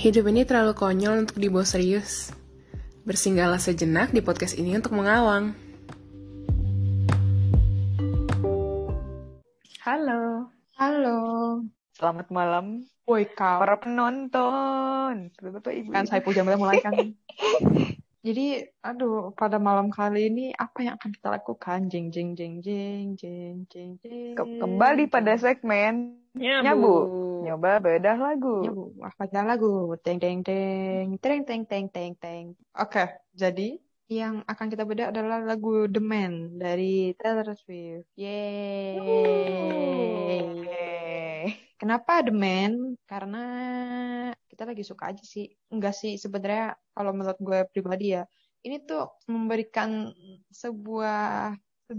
Hidup ini terlalu konyol untuk dibawa serius. Bersinggahlah sejenak di podcast ini untuk mengawang. Halo, Halo, selamat malam woi kau. para penonton. Bapak Ibu. Kan saya puja mulai kan. Jadi, pada malam kali ini apa yang akan kita lakukan? Jeng jeng jeng jeng jeng jeng jeng. Kembali pada segmen Nyabu. Nyoba bedah lagu. Nyabu. Apa lagu? Teng teng teng teng teng teng teng teng. Oke, jadi yang akan kita bedah adalah lagu The Man dari Taylor Swift. Yeay. Kenapa The Man? Karena kita lagi suka aja sih. Enggak sih, sebenarnya kalau menurut gue pribadi ya, ini tuh memberikan sebuah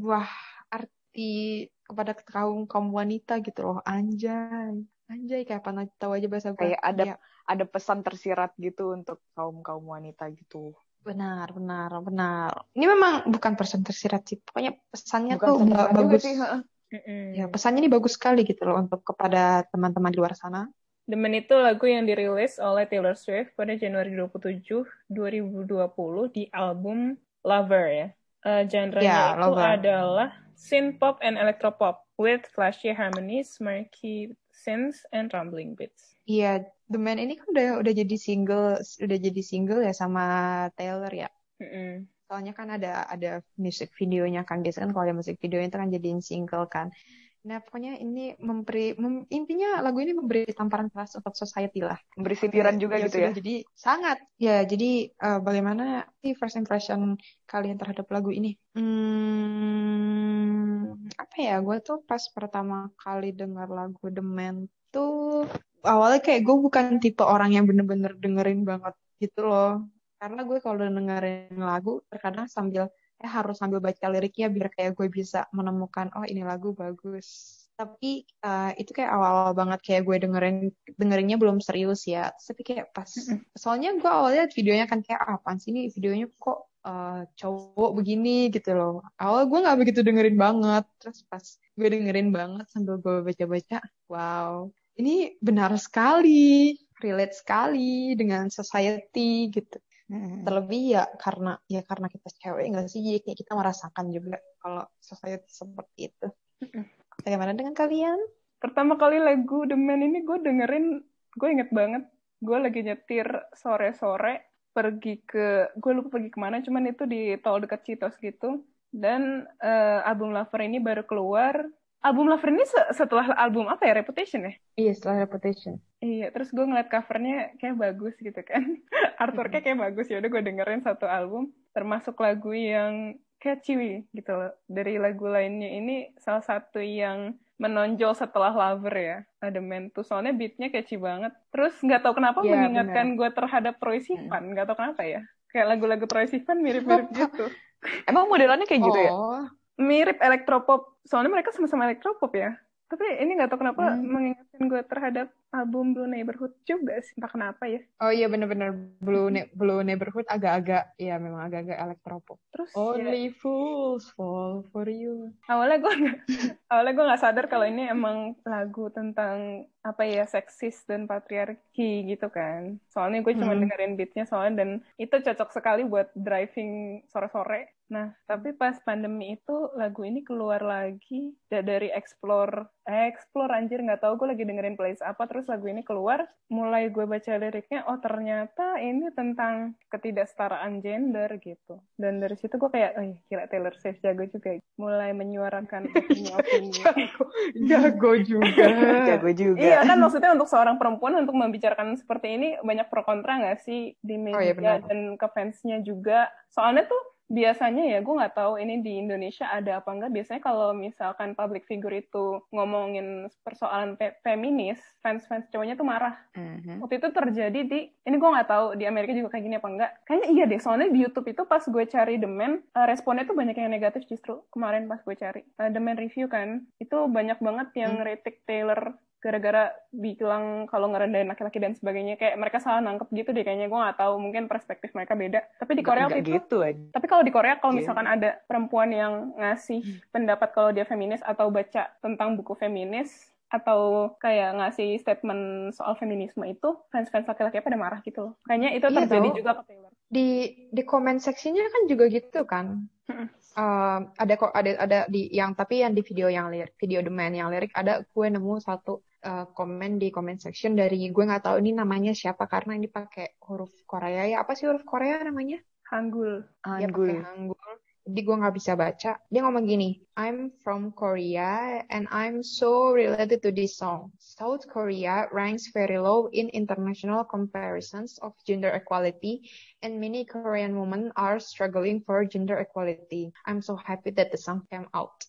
arti kepada kaum wanita gitu loh. Anjay kayak apa tahu aja bahasa gue. Kayak ada pesan tersirat gitu untuk kaum wanita gitu. Benar. Ini memang bukan pesan tersirat sih. Pokoknya pesannya Bukan tuh bagus. sih. Ya, pesannya ini bagus sekali gitu loh untuk kepada teman-teman di luar sana. The Man itu lagu yang dirilis oleh Taylor Swift pada Januari 27, 2020 di album Lover ya. Genre-nya itu Lover. adalah synth pop and electropop with flashy harmonies, murky synths, and rumbling beats. Iya, The Man ini kan udah jadi single ya sama Taylor ya. Soalnya kan ada music videonya kan, biasanya kan kalau ada music videonya itu kan jadiin single kan. Nah, pokoknya ini intinya lagu ini memberi tamparan keras untuk society lah. Memberi sindiran juga gitu ya. Jadi sangat. Ya, jadi bagaimana sih first impression kalian terhadap lagu ini? Apa ya? Gue tuh pas pertama kali dengar lagu The Man tuh awalnya kayak gue bukan tipe orang yang bener-bener dengerin banget gitu loh. Karena gue kalau dengerin lagu terkadang harus sambil baca liriknya biar kayak gue bisa menemukan oh ini lagu bagus. Tapi itu kayak awal-awal banget kayak gue dengerinnya belum serius ya. Tapi kayak pas soalnya gue awalnya videonya kan kayak apaan sih ini videonya kok cowok begini gitu loh. Awal gue nggak begitu dengerin banget. Terus pas gue dengerin banget sambil gue baca-baca, wow, ini benar sekali, relate sekali dengan society gitu. Terlebih ya karena kita cewek nggak sih, jadi kayak kita merasakan juga kalau society seperti itu. Bagaimana dengan kalian? Pertama kali lagu The Man ini gue dengerin, gue inget banget, gue lagi nyetir sore-sore, gue lupa pergi kemana, cuman itu di tol dekat Citos gitu, dan album Lover ini baru keluar. Album Lover ini setelah album apa ya, Reputation ya? Iya, setelah Reputation. Iya, terus gue ngeliat covernya kayak bagus gitu kan. Artworknya kayak bagus, ya udah gue dengerin satu album, termasuk lagu yang catchy gitu loh. Dari lagu lainnya ini salah satu yang menonjol setelah Lover ya, The Man tuh. Soalnya beatnya catchy banget. Terus nggak tahu kenapa mengingatkan gue terhadap Troye Sivan, nggak tahu kenapa ya. Kayak lagu-lagu Troye Sivan mirip-mirip gitu. Emang modelannya kayak gitu ya? Mirip elektropop, soalnya mereka sama-sama elektropop ya. Tapi ini nggak tahu kenapa mengingatkan gue terhadap album Blue Neighborhood juga sih, entah kenapa ya. Oh iya benar-benar Blue Neighborhood agak-agak elektropop. Terus Only fools fall for you. Awalnya gue nggak sadar kalau ini emang lagu tentang apa ya, seksis dan patriarki gitu kan. Soalnya gue cuma dengerin beatnya soalnya, dan itu cocok sekali buat driving sore-sore. Nah, tapi pas pandemi itu lagu ini keluar lagi dari Explore anjir, nggak tahu gue lagi dengerin playlist apa, terus lagu ini keluar, mulai gue baca liriknya, oh ternyata ini tentang ketidaksetaraan gender gitu. Dan dari situ gue kayak, oh gila, Taylor Swift jago juga, mulai menyuarakan opini. Jago juga. Iya kan, maksudnya untuk seorang perempuan untuk membicarakan seperti ini banyak pro kontra nggak sih di media dan ke fansnya juga. Soalnya tuh biasanya ya, gue nggak tahu ini di Indonesia ada apa enggak, biasanya kalau misalkan public figure itu ngomongin persoalan feminis, fans cowoknya tuh marah. Waktu itu terjadi ini gue nggak tahu di Amerika juga kayak gini apa enggak, kayaknya iya deh, soalnya di YouTube itu pas gue cari The Man, responnya tuh banyak yang negatif justru. Kemarin pas gue cari The Man review kan, itu banyak banget yang kritik Taylor gara-gara bilang kalau ngerendahin laki-laki dan sebagainya, kayak mereka salah nangkep gitu deh kayaknya. Gue nggak tahu, mungkin perspektif mereka beda. Tapi di Korea itu gitu aja. Tapi kalau di Korea kalau misalkan ada perempuan yang ngasih pendapat kalau dia feminis atau baca tentang buku feminis, atau kayak ngasih statement soal feminisme itu, fans-fans laki-laki pada marah gitu loh. Kayaknya itu terjadi juga ke Taylor. Di comment section-nya kan juga gitu kan. Ada kok ada di yang tapi yang di video yang video The Man yang lirik ada gue nemu satu komen di comment section dari gue nggak tahu ini namanya siapa karena ini pakai huruf Korea ya. Apa sih huruf Korea namanya? Hangul. Dia pakai Hangul. Jadi gue nggak bisa baca. Dia ngomong gini, I'm from Korea and I'm so related to this song. South Korea ranks very low in international comparisons of gender equality and many Korean women are struggling for gender equality. I'm so happy that the song came out.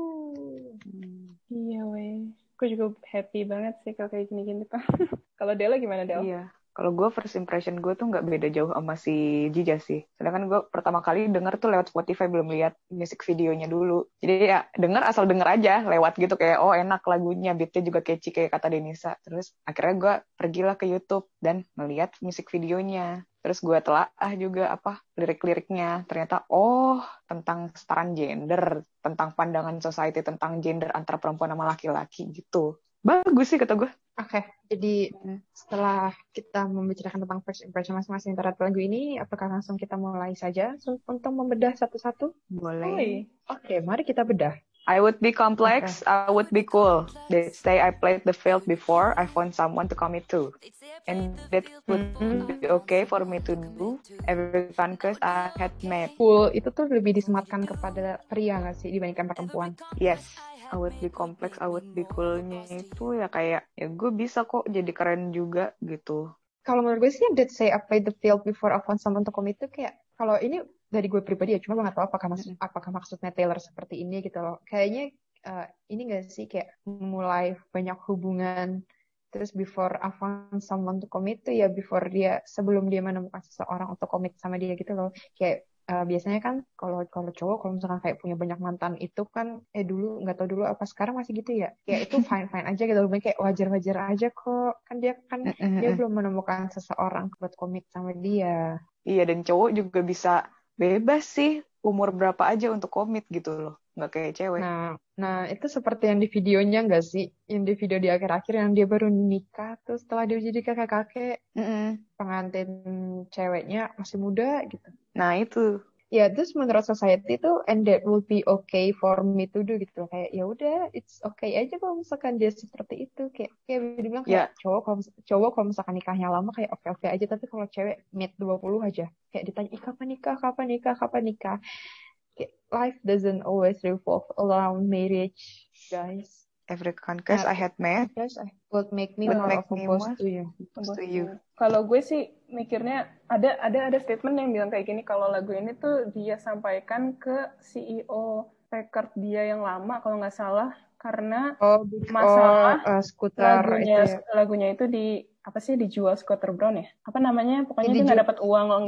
Iya weh. Gue juga happy banget sih kalau kayak gini-gini tuh. Kalau Dela gimana, Del? Iya. Kalau gue first impression gue tuh nggak beda jauh sama si Jija sih. Sedangkan gue pertama kali denger tuh lewat Spotify, belum lihat music videonya dulu. Jadi ya asal denger aja lewat gitu kayak oh enak lagunya, beatnya juga catchy kayak kata Denisa. Terus akhirnya gue pergilah ke YouTube dan ngeliat music videonya. Terus gue telaah juga lirik-liriknya. Ternyata tentang kesetaraan gender, tentang pandangan society tentang gender antara perempuan sama laki-laki gitu. Bagus sih kata gue. Oke, jadi setelah kita membicarakan tentang first impression masing-masing terhadap lagu ini, apakah langsung kita mulai saja untuk membedah satu-satu? Boleh. Oke, mari kita bedah. I would be complex, I would be cool. They say I played the field before, I found someone to commit to. And that would be okay for me to do every cause I had met. Cool, itu tuh lebih disematkan kepada pria nggak sih dibandingkan perempuan? Yes. I would be complex, I would be cool-nya itu ya kayak, ya gue bisa kok jadi keren juga gitu. Kalau menurut gue sih, that say I played the field before I found someone to commit itu kayak, kalau ini dari gue pribadi ya, cuma gue gak tahu apakah maksudnya Taylor seperti ini gitu loh. Kayaknya ini gak sih kayak memulai banyak hubungan, terus before I found someone to commit tuh ya sebelum dia menemukan seseorang untuk commit sama dia gitu loh. Kayak biasanya kan kalau cowok kalau misalkan kayak punya banyak mantan itu kan dulu nggak tahu dulu apa sekarang masih gitu ya kayak itu fine aja gitu loh kayak wajar aja kok kan dia belum menemukan seseorang buat komit sama dia. Iya, dan cowok juga bisa bebas sih umur berapa aja untuk komit gitu loh, nggak kayak cewek. Nah itu seperti yang di videonya nggak sih, yang di video di akhir-akhir yang dia baru nikah terus setelah dia jadi kakek-kakek pengantin ceweknya masih muda gitu. Nah itu ya, terus menurut society itu and that will be okay for me to do gitu kayak ya udah it's okay aja kalau misalkan dia seperti itu kayak dibilang kayak cowok kalau misalkan nikahnya lama kayak oke aja, tapi kalau cewek mid 20 aja kayak ditanya kapan nikah kayak, life doesn't always revolve around marriage guys. Every conquest I had met would make me more opposed to you. Kalau gue sih mikirnya ada statement yang bilang kayak gini, kalau lagu ini tuh dia sampaikan ke CEO record dia yang lama kalau nggak salah, karena masalah skuter lagunya itu dijual Scooter Brown ya? Apa namanya? Pokoknya dia nggak dapat uang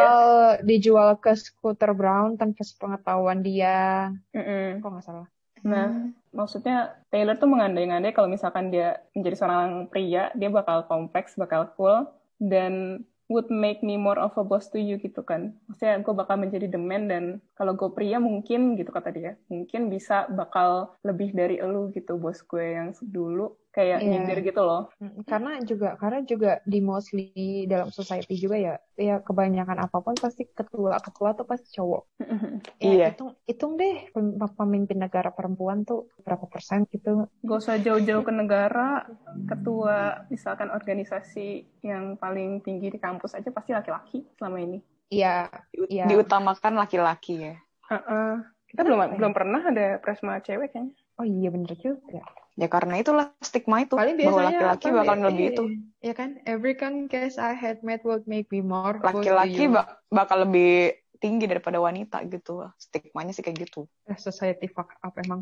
dijual ke Scooter Brown tanpa sepengetahuan dia. Kok nggak salah. Nah, maksudnya Taylor tuh mengandai-andai kalau misalkan dia menjadi seorang pria, dia bakal kompleks, bakal cool, dan would make me more of a boss to you gitu kan. Maksudnya gue bakal menjadi the man, dan kalau gue pria mungkin gitu kata dia, mungkin bisa bakal lebih dari elu gitu bos gue yang dulu kayak nyindir gitu loh. Karena juga di mostly dalam society juga ya kebanyakan apapun pasti ketua tuh pasti cowok. Iya. Hitung deh pemimpin negara perempuan tuh berapa persen gitu. Gak usah jauh-jauh ke negara, ketua misalkan organisasi yang paling tinggi di kampus aja pasti laki-laki selama ini. Iya. Diutamakan laki-laki ya. Kita belum pernah ada presma cewek kayaknya. Oh iya bener juga. Ya karena itulah stigma itu paling bahwa laki-laki bakal lebih itu. Ya kan, every case I had met would make me more. Laki-laki bakal lebih tinggi daripada wanita gitu. Stigmanya sih kayak gitu. Society fuck up emang.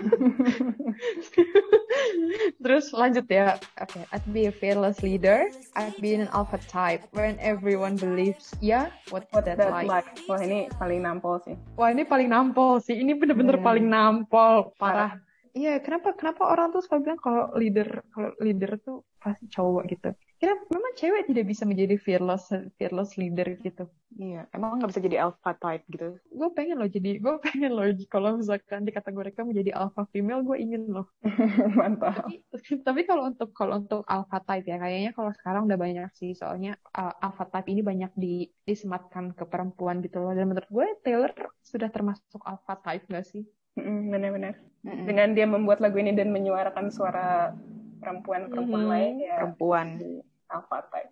Terus lanjut ya. Okay. I'd be a fearless leader. I'd be an alpha type when everyone believes. What that like? Wah ini paling nampol sih. Ini bener-bener paling nampol. Parah. Iya, kenapa orang tuh suka bilang kalau leader tuh pasti cowok gitu. Memang cewek tidak bisa menjadi fearless leader gitu. Iya, emang nggak bisa jadi alpha type gitu. Gue pengen loh kalau misalkan dikategorikan menjadi alpha female, gue ingin loh. Mantap. Tapi kalau untuk alpha type ya, kayaknya kalau sekarang udah banyak sih. Soalnya alpha type ini banyak disematkan ke perempuan gitu loh. Dan menurut gue Taylor sudah termasuk alpha type nggak sih? Benar-benar. Dengan dia membuat lagu ini dan menyuarakan suara perempuan-perempuan lain ya. Perempuan. Alpha type.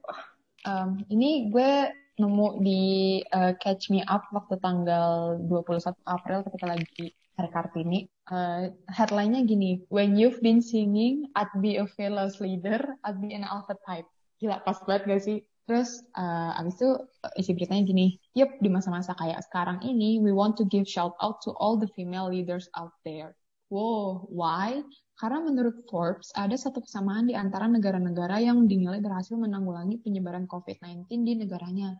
Ini gue nemu di Catch Me Up waktu tanggal 21 April ketika lagi hari Kartini. Headline-nya gini, when you've been singing, I'd be a fearless leader, I'd be an alpha type. Gila, pas banget gak sih? Terus abis itu isi beritanya gini, yep, di masa-masa kayak sekarang ini, we want to give shout out to all the female leaders out there. Wow, why? Karena menurut Forbes, ada satu kesamaan di antara negara-negara yang dinilai berhasil menanggulangi penyebaran COVID-19 di negaranya.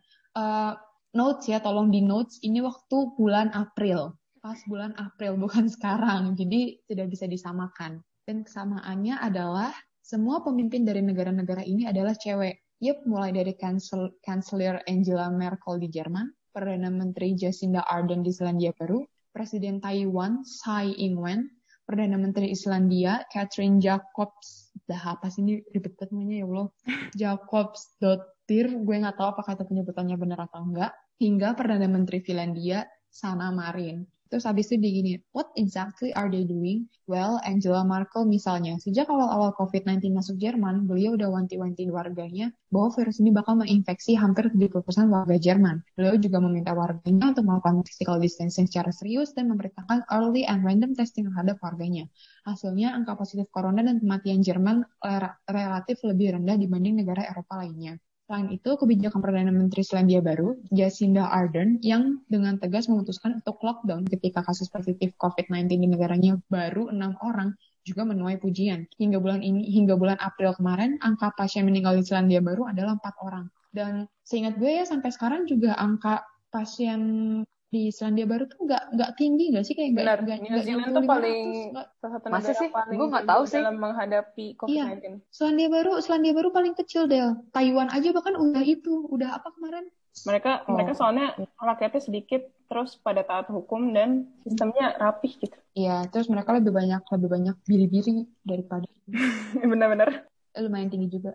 Notes ya, tolong di notes, ini waktu bulan April. Pas bulan April, bukan sekarang. Jadi tidak bisa disamakan. Dan kesamaannya adalah semua pemimpin dari negara-negara ini adalah cewek. Yep, mulai dari Kanselir Angela Merkel di Jerman, Perdana Menteri Jacinda Ardern di Selandia Baru, Presiden Taiwan Tsai Ing-wen, Perdana Menteri Islandia Katrin Jacobs, apa sih ini ribet banget namanya ya Allah, Jacobsdottir, gue nggak tahu apakah itu penyebutannya benar atau enggak, hingga Perdana Menteri Finlandia Sanna Marin. Terus habis itu digini, what exactly are they doing? Well, Angela Merkel misalnya, sejak awal-awal COVID-19 masuk Jerman, beliau udah wanti-wanti warganya bahwa virus ini bakal menginfeksi hampir 70% warga Jerman. Beliau juga meminta warganya untuk melakukan physical distancing secara serius dan memerintahkan early and random testing terhadap warganya. Hasilnya, angka positif corona dan kematian Jerman relatif lebih rendah dibanding negara Eropa lainnya. Selain itu, kebijakan Perdana Menteri Selandia Baru, Jacinda Ardern, yang dengan tegas memutuskan untuk lockdown ketika kasus positif COVID-19 di negaranya baru 6 orang, juga menuai pujian. Hingga bulan April kemarin, angka pasien meninggal di Selandia Baru adalah 4 orang. Dan seingat gue ya, sampai sekarang juga angka pasien di Selandia Baru tuh nggak tinggi nggak sih, kayak Benar, New Zealand tuh paling salah satu masa negara sih? paling Gue nggak tahu sih dalam menghadapi COVID-19. Iya, Selandia Baru paling kecil Del. Taiwan aja bahkan udah apa kemarin? Mereka soalnya rakyatnya sedikit, terus pada taat hukum dan sistemnya rapih gitu. Iya, terus mereka lebih banyak biri-biri daripada. Benar-benar. Lumayan tinggi juga.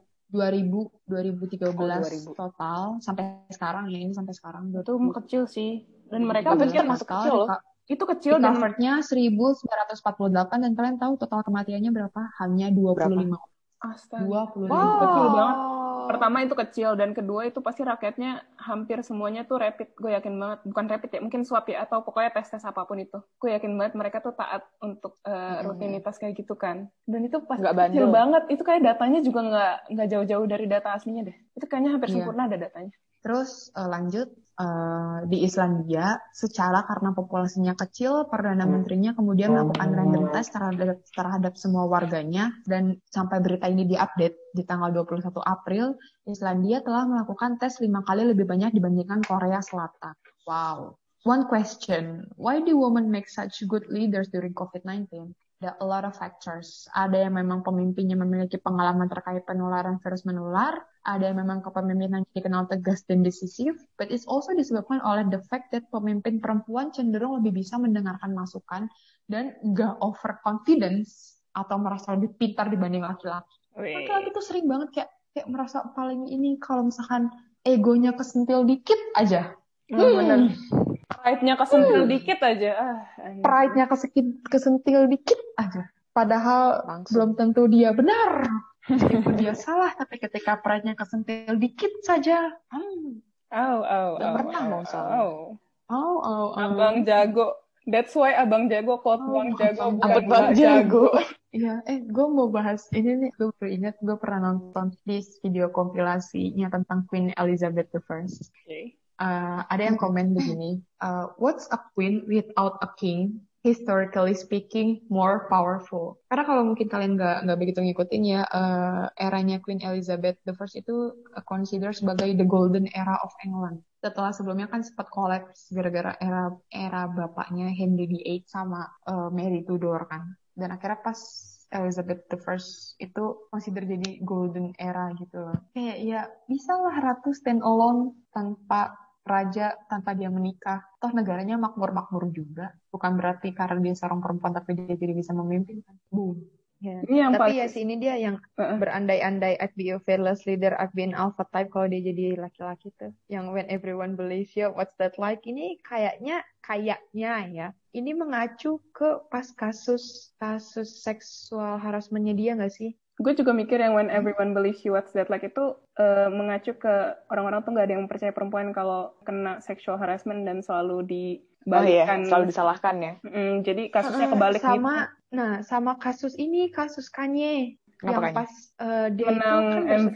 2013 total sampai sekarang ya, ini sampai sekarang. Itu kecil sih. Dan mereka pikir masuk kecil loh. Itu kecil dan coverage-nya 1948 dan kalian tahu total kematiannya berapa? Hanya 25. Astaga. 25. Kecil banget. Pertama itu kecil dan kedua itu pasti rakyatnya hampir semuanya tuh rapid. Gue yakin banget, bukan rapid ya, mungkin swab ya atau pokoknya tes apapun itu. Gue yakin banget mereka tuh taat untuk rutinitas kayak gitu kan. Dan itu pasti kecil banget. Itu kayak datanya juga nggak jauh-jauh dari data aslinya deh. Itu kayaknya hampir sempurna ada datanya. Terus lanjut di Islandia, secara karena populasinya kecil, Perdana Menterinya kemudian melakukan random test terhadap semua warganya, dan sampai berita ini diupdate di tanggal 21 April, Islandia telah melakukan tes 5 kali lebih banyak dibandingkan Korea Selatan. Wow. One question, why do women make such good leaders during COVID-19? Ada a lot of factors. Ada yang memang pemimpinnya memiliki pengalaman terkait penularan virus menular, ada yang memang kepemimpinan dikenal tegas dan decisif, but it's also disebabkan oleh the fact that pemimpin perempuan cenderung lebih bisa mendengarkan masukan dan gak overconfidence atau merasa lebih pintar dibanding laki-laki. Laki-laki tuh sering banget kayak merasa paling ini kalau misalkan egonya kesentil dikit aja. Bener. Pride-nya kesentil dikit aja. Pride-nya kesentil dikit aja. Padahal belum tentu dia benar. Meskipun dia salah, tapi ketika pride-nya kesentil dikit saja. Pernah mau salah. Abang jago. That's why Abang Jago, quote Bang Jago, bukan Bang Jago. Iya, gue mau bahas ini nih. Gue baru ingat, gue pernah nonton di video kompilasinya tentang Queen Elizabeth I. Okay. Ada yang komen begini, what's a queen without a king? Historically speaking, more powerful. Karena kalau mungkin kalian nggak begitu ngikutin ya, eranya Queen Elizabeth I itu consider sebagai the golden era of England. Setelah sebelumnya kan sempat collapse gara-gara era bapaknya Henry VIII sama Mary Tudor kan. Dan akhirnya pas Elizabeth I itu consider jadi golden era gitu loh. Kayak ya bisa lah ratu stand alone tanpa raja, tanpa dia menikah. Toh negaranya makmur-makmur juga. Bukan berarti karena dia seorang perempuan tapi dia jadi bisa memimpin kan. Boom. Ya. Ini yang Tapi paling ya sih ini dia yang berandai-andai I'd be a fearless leader, I'd be an alpha type kalau dia jadi laki-laki tuh. Yang when everyone believes you, what's that like? Ini kayaknya ya. Ini mengacu ke pas kasus seksual harassment-nya dia nggak sih? gue juga mikir yang when everyone believes you what's that like itu mengacu ke orang-orang tuh nggak ada yang percaya perempuan kalau kena sexual harassment dan selalu dibalikkan. Selalu disalahkan ya. Jadi kasusnya kebalik gitu. Sama kasus Kanye. Kenapa yang pas dia menang itu kan MV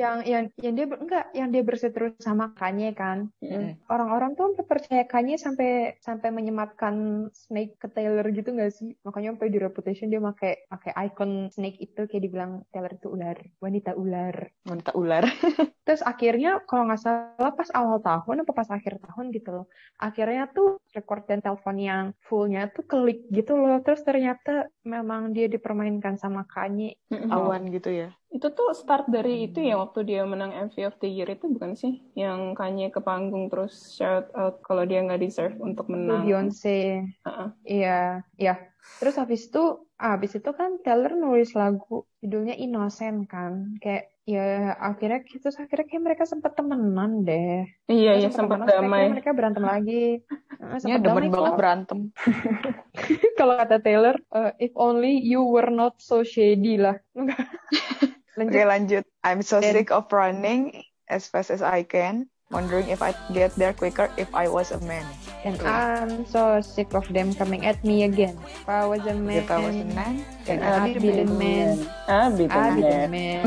yang dia berseteru sama Kanye kan. Orang-orang tuh percaya Kanye sampai menyematkan snake ke Taylor gitu nggak sih? Makanya sampai di Reputation dia pakai icon snake itu kayak dibilang Taylor itu wanita ular. Terus akhirnya kalau nggak salah pas awal tahun atau pas akhir tahun gitu loh, akhirnya tuh record dan telepon yang fullnya tuh klik gitu loh. Terus ternyata memang dia dipermainkan sama Kanye. Awan gitu ya. Itu tuh start dari itu ya, waktu dia menang MV of the Year itu bukan sih? Yang Kanye ke panggung terus shout out kalau dia nggak deserve untuk menang. Beyonce. Iya. Terus habis itu kan Taylor nulis lagu judulnya Innocent kan. Kayak ya akhirnya kayak mereka sempat temenan deh. Iya, sempat damai. Mereka berantem lagi. Ya demen banget berantem. Kalau kata Taylor, if only you were not so shady lah. Lanjut. I'm so sick of running as fast as I can, wondering if I'd get there quicker if I was a man. And I'm so sick of them coming at me again. If I was a man, then I'd be the man. I'd be the man.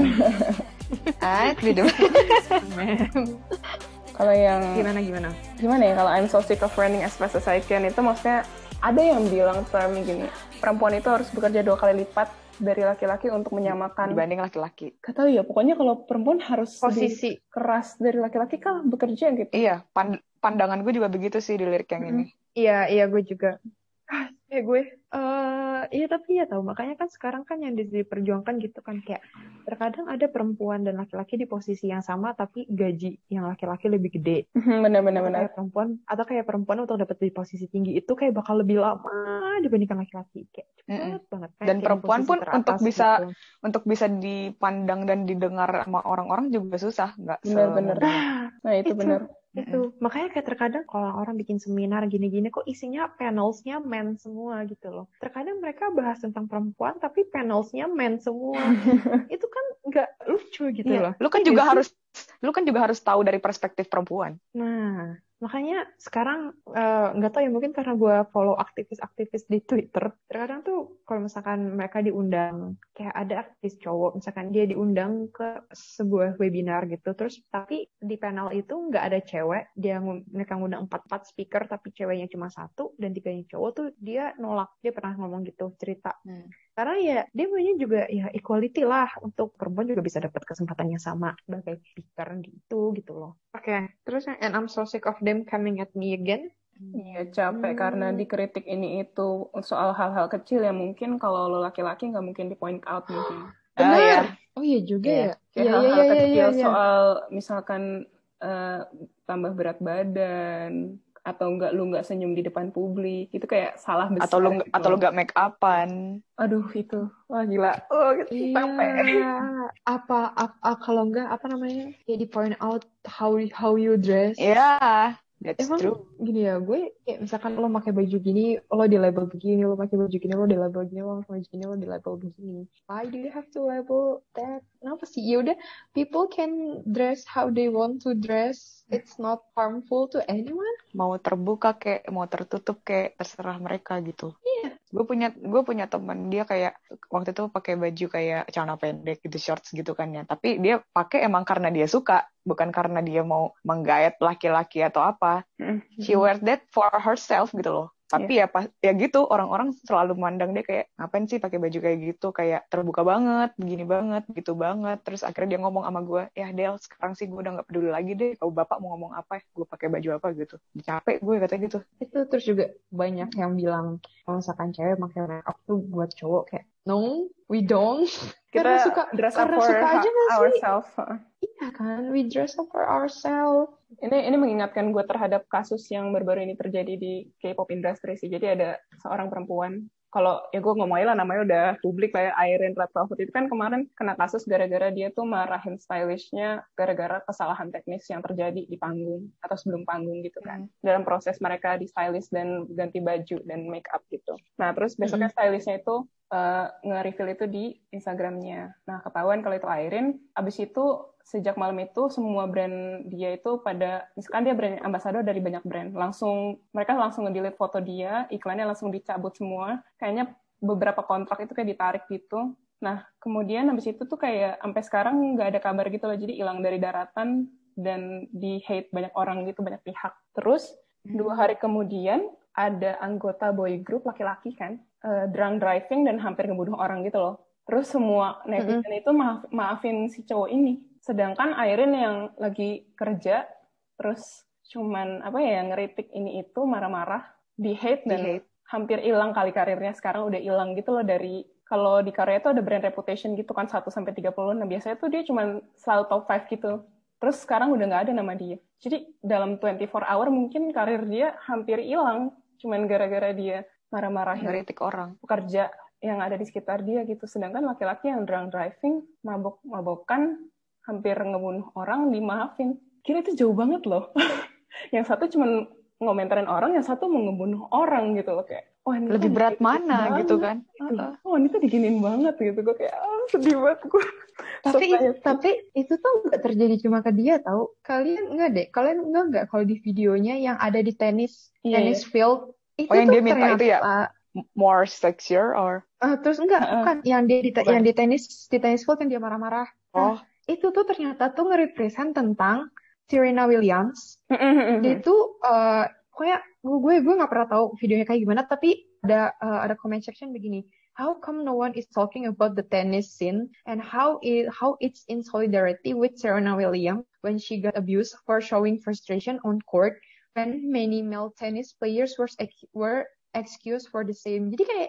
I'd be the man. Kalau yang gimana ya, kalau I'm so sick of running as fast as I can itu maksudnya ada yang bilang term gini, perempuan itu harus bekerja 2 kali lipat dari laki-laki untuk menyamakan dibanding laki-laki. Gak tahu ya, pokoknya kalau perempuan harus posisi keras dari laki-laki kan bekerja gitu. Iya, pandangan gue juga begitu sih di lirik yang ini. Iya gue juga. Iya tapi ya tahu, makanya kan sekarang kan yang diperjuangkan gitu kan, kayak terkadang ada perempuan dan laki-laki di posisi yang sama tapi gaji yang laki-laki lebih gede. Benar. Kayak perempuan untuk dapat di posisi tinggi itu kayak bakal lebih lama dibandingkan laki-laki, kayak cepet banget. Dan perempuan pun untuk bisa dipandang dan didengar sama orang-orang juga susah, nggak? Benar. Nah itu benar. Itu makanya kayak terkadang kalau orang bikin seminar gini-gini kok isinya panelsnya men semua gitu loh. Terkadang mereka bahas tentang perempuan tapi panelsnya men semua. Itu kan nggak lucu gitu loh. Lu kan juga harus tahu dari perspektif perempuan. Nah, makanya sekarang nggak tahu ya, mungkin karena gue follow aktivis-aktivis di Twitter, terkadang tuh kalau misalkan mereka diundang, kayak ada aktivis cowok, misalkan dia diundang ke sebuah webinar gitu, terus tapi di panel itu nggak ada cewek, mereka ngundang 4 speaker tapi ceweknya cuma 1 dan 3-nya cowok tuh dia nolak. Dia pernah ngomong gitu, cerita. Karena ya dia maunya juga ya equality lah, untuk perempuan juga bisa dapat kesempatannya sama sebagai speaker gitu loh. Oke. Terus and I'm so sick of them coming at me again. Iya, capek karena dikritik ini itu soal hal-hal kecil yang mungkin kalau lo laki-laki nggak mungkin di point out mungkin. Benar. Oh iya juga ya. Kayak hal-hal kecil soal misalkan tambah berat badan atau lu nggak senyum di depan publik, itu kayak salah besar. Atau lu nggak make upan. Aduh itu, wah gila. Iya. Apa kalau nggak apa namanya? Kayak di point out how you dress. Iya. That's Emang true. Gini ya, gue kayak misalkan lo pakai baju gini, lo di label begini, lo pakai baju gini, lo di label gini, lo pakai baju gini, lo di label begini. Why do you have to label that? Kenapa sih? Ya udah, people can dress how they want to dress. It's not harmful to anyone. Mau terbuka kayak, mau tertutup kayak, terserah mereka gitu. Iya. Gue punya teman, dia kayak waktu itu pakai baju kayak celana pendek gitu, shorts gitu kan ya. Tapi dia pakai emang karena dia suka, bukan karena dia mau menggait laki-laki atau apa. She wears that for herself gitu loh. Tapi ya gitu, orang-orang selalu mandang dia kayak ngapain sih pakai baju kayak gitu, kayak terbuka banget, begini banget, gitu banget. Terus akhirnya dia ngomong sama gue, ya Del, sekarang sih gue udah nggak peduli lagi deh, kalau bapak mau ngomong apa, gue pakai baju apa gitu. Capek gue katanya gitu. Itu terus juga banyak yang bilang kalau misalkan cewek pakai make up tuh buat cowok, kayak no, we don't. Kita suka dress up for ourselves. Iya kan, we dress up for ourselves. Ini mengingatkan gue terhadap kasus yang baru-baru ini terjadi di K-pop industry sih. Jadi ada seorang perempuan kalau ya gue ngomongin lah namanya udah publik lah ya, Irene Red Velvet itu kan kemarin kena kasus gara-gara dia tuh marahin stylistnya gara-gara kesalahan teknis yang terjadi di panggung atau sebelum panggung gitu kan. Dalam proses mereka di stylist dan ganti baju dan make up gitu. Nah terus besoknya stylistnya itu nge-reveal itu di Instagramnya. Nah ketahuan kalau itu Irene. Abis itu sejak malam itu semua brand dia itu pada, misalkan dia brand ambassador dari banyak brand, mereka langsung nge-delete foto dia, iklannya langsung dicabut semua. Kayaknya beberapa kontrak itu kayak ditarik gitu. Nah kemudian abis itu tuh kayak sampai sekarang nggak ada kabar gitu loh, jadi hilang dari daratan dan di-hate banyak orang gitu, banyak pihak. Terus 2 hari kemudian ada anggota boy group laki-laki kan, drunk driving dan hampir ngebunuh orang gitu loh. Terus semua netizen itu maafin si cowok ini. Sedangkan Irene yang lagi kerja, terus cuman ngeritik ini itu, marah-marah, di-hate dan hampir hilang kali karirnya. Sekarang udah hilang gitu loh dari, kalau di Korea itu ada brand reputation gitu kan, 1-30. Nah biasanya tuh dia cuman selalu top 5 gitu. Terus sekarang udah nggak ada nama dia. Jadi dalam 24 hour mungkin karir dia hampir hilang. Cuman gara-gara dia marah-marahin ngeritik orang, pekerja yang ada di sekitar dia gitu. Sedangkan laki-laki yang drunk driving, mabok-mabokan, hampir ngebunuh orang, dimaafin. Kira itu jauh banget loh. Yang satu cuma ngomentarin orang, yang satu mau ngebunuh orang gitu loh. Kayak, wah ini lebih berat mana banget, gitu kan. Oh ini tuh diginiin banget gitu. Gue kayak, sedih banget gue. Tapi itu tuh nggak terjadi cuma ke dia tau. Kalian nggak kalau di videonya yang ada di tenis field. Itu yang tuh dia minta ternyata, itu ya? More sexier or? Terus bukan. Yang dia yang di tenis field yang dia marah-marah. Oh. Itu tuh ternyata tuh nge-represent tentang Serena Williams. Dia tuh pokoknya gue nggak pernah tahu videonya kayak gimana, tapi ada comment section begini, how come no one is talking about the tennis scene and how it's in solidarity with Serena Williams when she got abused for showing frustration on court when many male tennis players were excuse for the same. Jadi kayak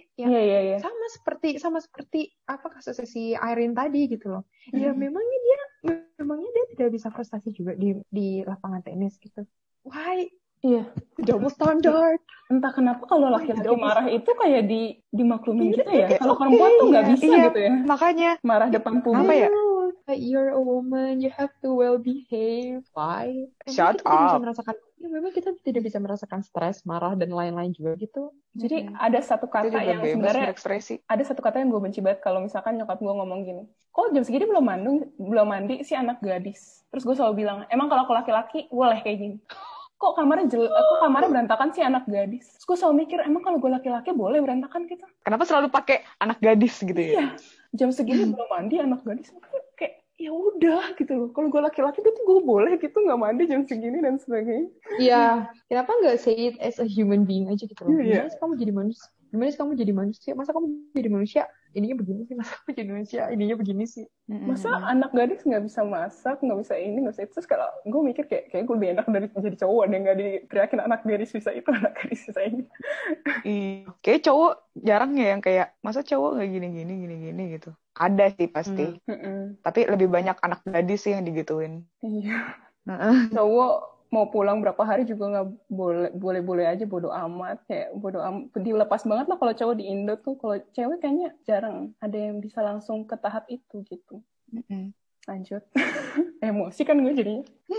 sama seperti apa kasusnya si Irene tadi gitu loh. Ya memangnya dia tidak bisa frustasi juga di lapangan tenis gitu. Why? Iya, double standard. Entah kenapa kalau laki-laki marah itu kayak dimaklumin gitu ya. Kalau perempuan tuh nggak bisa gitu ya. Makanya marah depan publik. Apa ya? You're a woman, you have to well behave. Why? Shut up. Memang kita tidak bisa merasakan stres, marah dan lain-lain juga gitu. Jadi ada satu kata yang sebenarnya gue benci banget kalau misalkan nyokap gue ngomong gini, kok jam segini belum mandi si anak gadis. Terus gue selalu bilang, emang kalau aku laki-laki boleh kayak gini. Kok kamarnya berantakan sih anak gadis. Terus gue selalu mikir, emang kalau gue laki-laki boleh berantakan gitu? Kenapa selalu pakai anak gadis gitu ya? Iya, jam segini belum mandi anak gadis. Kayak ya udah gitu loh. Kalau gue laki-laki tuh gue boleh gitu nggak mandi jam segini dan sebagainya. Iya, kenapa nggak say it as a human being aja gitu loh? Gimana sih kamu jadi manusia? Masa kamu jadi manusia? Ininya begini sih, masa kamu jadi manusia? Ininya begini sih. Masa anak gadis nggak bisa masak, nggak bisa ini, nggak bisa itu. Terus kalau gue mikir kayak gue lebih enak dari jadi cowok deh, nggak diteriakin anak gadis bisa itu, anak gadis bisa ini. Kayak cowok jarang ya yang kayak, masa cowok nggak gini gitu. Ada sih pasti. Tapi lebih banyak anak gadis sih yang digituin. Iya. Cowok mau pulang berapa hari juga nggak boleh aja, bodo amat, kayak dilepas banget lah. Kalau cowok di Indo tuh, kalau cewek kayaknya jarang ada yang bisa langsung ke tahap itu gitu. Lanjut. Emosi kan gue jadinya.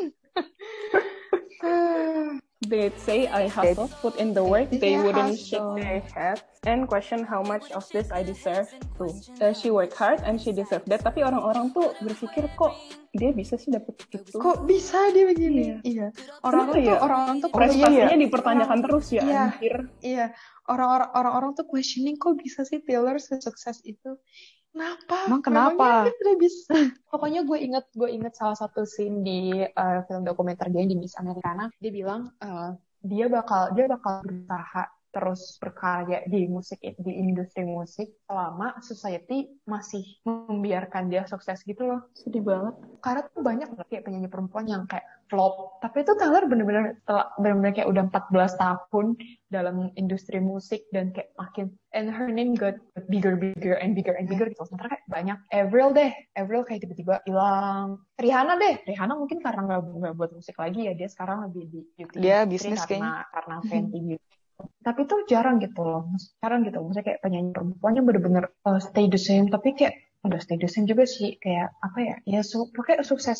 They say I hustle, put in the work, they wouldn't shake their head and question how much of this I deserve too. She work hard and she deserve that. Tapi orang-orang tuh berpikir, kok dia bisa sih dapet itu? Kok bisa dia begini? Iya. Orang-orang tuh prestasinya dipertanyakan terus ya. Anjir. Iya. Orang-orang tuh questioning, kok bisa sih Taylor sesukses itu? Kenapa? Memangnya tidak bisa. Pokoknya gue inget salah satu scene di film dokumenter dia di Miss Americana. Dia bilang dia bakal berusaha terus berkarya di industri musik selama society masih membiarkan dia sukses gitu loh. Sedih banget. Karena tuh banyak kayak penyanyi perempuan yang kayak flop. Tapi itu Taylor bener-bener kayak udah 14 tahun dalam industri musik dan kayak makin, and her name got bigger and bigger gitu. Sementara kayak banyak Avril kayak tiba-tiba hilang. Rihanna mungkin karena nggak buat musik lagi ya, dia sekarang lebih di beauty. Dia bisnis kayaknya. Karena Fenty Beauty. Tapi tuh jarang gitu loh. Maksudnya kayak penyanyi perempuannya bener-bener stay the same. Tapi kayak udah stay the same juga sih. Kayak apa ya? Ya pokoknya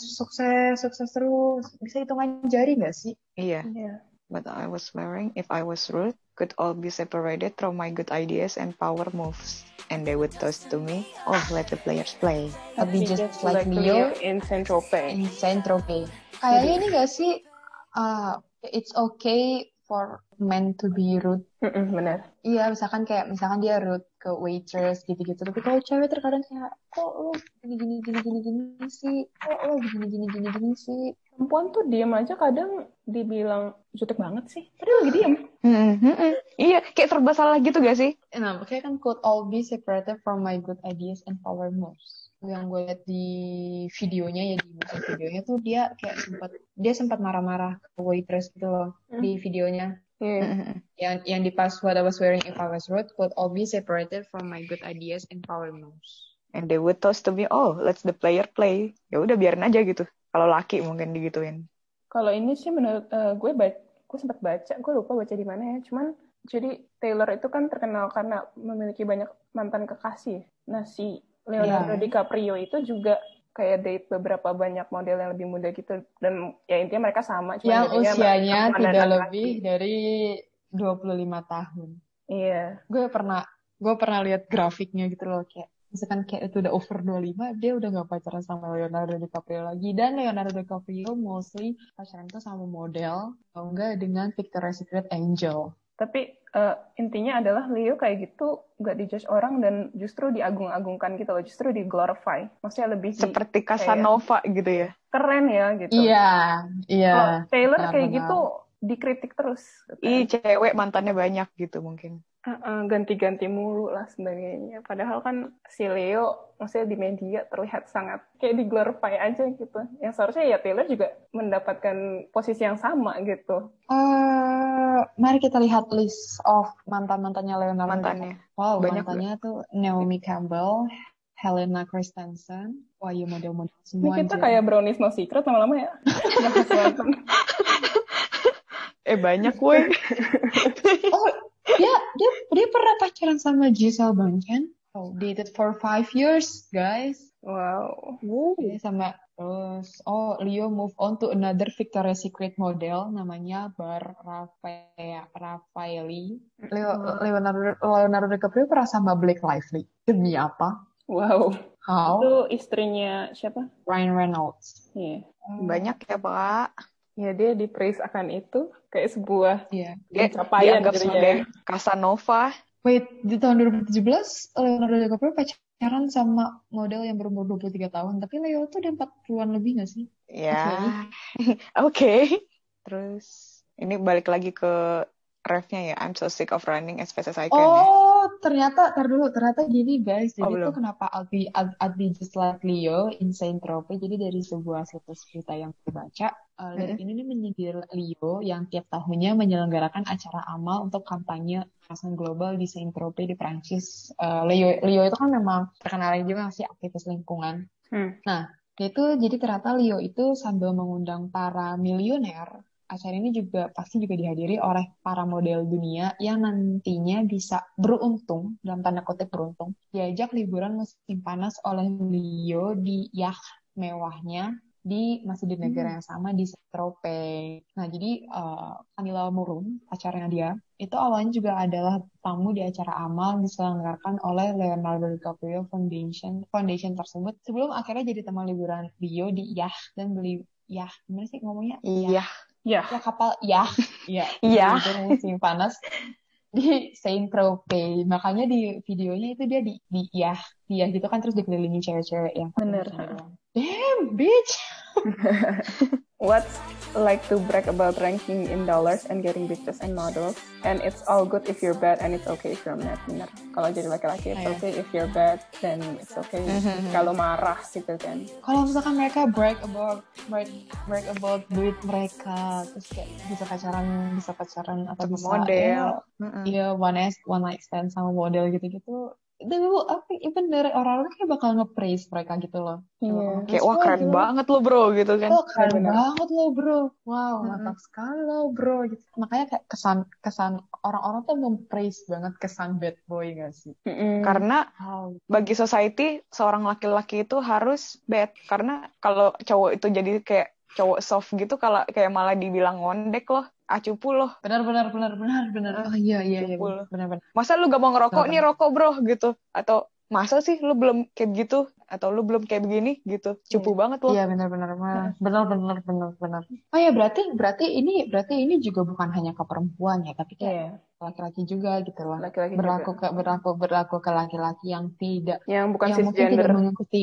sukses terus. Bisa hitungan jari nggak sih? Iya. Iya. But I was swearing if I was rude, could all be separated from my good ideas and power moves. And they would toast to me, oh, let the players play. Tapi just like Leo in Saint-Tropez. Kayaknya ini gak sih, it's okay for men to be rude. Benar. Iya, misalkan dia rude ke waitress gitu-gitu. Tapi kalau cewek terkadang kayak, kok lo gini sih? Kok lo gini sih? Perempuan tuh diem aja kadang dibilang jutek banget sih. Padahal lagi diem. Iya, kayak serba salah gitu gak sih? Nah, makanya kan could all be separated from my good ideas and power moves. Yang gue lihat di videonya ya, di musik videonya tuh dia sempat marah-marah ke waitress gitu loh di videonya. Yang di pas what I was wearing if I was rude could all be separated from my good ideas and power moves. And they would toast to me, oh, let's the player play. Ya udah biarin aja gitu. Kalau laki mungkin digituin. Kalau ini sih menurut gue sempat baca, gue lupa baca di mana ya. Cuman jadi Taylor itu kan terkenal karena memiliki banyak mantan kekasih. Nah si Leonardo DiCaprio itu juga kayak date beberapa banyak model yang lebih muda gitu, dan ya intinya mereka sama, cuma yang usianya tidak lebih dari 25 tahun. Iya. Gue pernah lihat grafiknya gitu loh, kayak misalkan kayak itu udah over 25, dia udah gak pacaran sama Leonardo DiCaprio lagi. Dan Leonardo DiCaprio mostly pacaran tuh sama model, atau enggak dengan Victoria's Secret Angel. Tapi intinya adalah Leo kayak gitu gak dijudge orang dan justru diagung-agungkan gitu loh, justru diglorify. Maksudnya lebih seperti Casanova gitu ya. Keren ya gitu. Iya. Kalau Taylor kayak gitu dikritik terus. Cewek mantannya banyak gitu mungkin. Ganti-ganti mulu lah sebagainya. Padahal kan si Leo maksudnya di media terlihat sangat kayak diglorify aja gitu. Yang seharusnya ya Taylor juga mendapatkan posisi yang sama gitu. Mari kita lihat list of mantannya Leonardo. Mantannya. Wow, banyak mantannya tuh Naomi Campbell, Helena Christensen. Wah, ya model-model semua. Ini kita kayak Brownies No Secret lama-lama ya. Banyak woi. Oh, dia pernah pacaran sama Giselle Bündchen. Oh, dated for 5 years, guys. Wow. Dia sama terus. Leo move on to another Victoria's Secret model namanya Bar Raffaelli. Leonardo DiCaprio pernah sama Blake Lively. Demi apa? Wow. How? Itu istrinya siapa? Ryan Reynolds. Iya. Banyak ya, Pak. Ya, dia di-praise akan itu kayak sebuah pencapaian gitu ya. Casanova. Wait, di tahun 2017 Leonardo DiCaprio pacaran sama model yang berumur 23 tahun, tapi Leo tuh udah 40-an lebih gak sih? Ya. Oke. Terus ini balik lagi ke refnya ya. I'm so sick of running as fast as I can. Ternyata gini guys. Jadi tuh kenapa I'll be just like Leo in Saint-Tropez. Jadi dari sebuah situs berita yang dibaca, ini nih menyindir Leo yang tiap tahunnya menyelenggarakan acara amal untuk kampanye kekerasan global di Saint-Tropez di Prancis. Leo itu kan memang terkenal juga sih aktivis lingkungan. Nah, jadi ternyata Leo itu sambil mengundang para milioner. Acara ini pasti juga dihadiri oleh para model dunia yang nantinya bisa beruntung, dalam tanda kutip beruntung, diajak liburan musim panas oleh Leo di yacht mewahnya masih di negara yang sama di Saint-Tropez. Nah, jadi Camila Murun, pacarnya dia, itu awalnya juga adalah tamu di acara amal diselenggarakan oleh Leonardo DiCaprio Foundation tersebut sebelum akhirnya jadi teman liburan Leo di yacht dan beli yacht. Gimana sih ngomongnya? Ya kapal ya musim panas di Saint-Tropez. Makanya di videonya itu dia di gitu kan, terus dikelilingi cewek-cewek yang bener. Damn bitch. What's like to brag about ranking in dollars and getting bitches and models, and it's all good if you're bad and it's okay if you're mad. Bener. Kalau jadi laki-laki it's okay if you're bad, then it's okay kalau marah gitu kan. Kalau misalkan mereka brag about duit mereka, terus kayak bisa pacaran atau bisa model, one night stand sama model gitu-gitu, itu apa bener orang-orang kayak bakal nge-praise mereka gitu loh. Iya. Kayak wah keren banget lo bro gitu kan. Oh keren Benar. banget lo bro, wow mantap sekali lo bro gitu. Makanya kayak kesan orang-orang tuh mempraise banget kesan bad boy gak sih? Karena bagi society seorang laki-laki itu harus bad, karena kalau cowok itu jadi kayak cowok soft gitu, kalau kayak malah dibilang ngondek loh, cupu loh. Benar. Oh iya benar. Masa lu gak mau ngerokok nih, rokok bro gitu, atau masa sih lu belum kayak gitu, atau lu belum kayak begini gitu, cupu banget loh. Iya benar. Oh ya berarti ini juga bukan hanya ke perempuan ya, tapi kayak laki-laki juga gitu loh. Laki-laki berlaku ke laki-laki yang tidak, yang bukan yang mungkin cisgender. tidak mengikuti.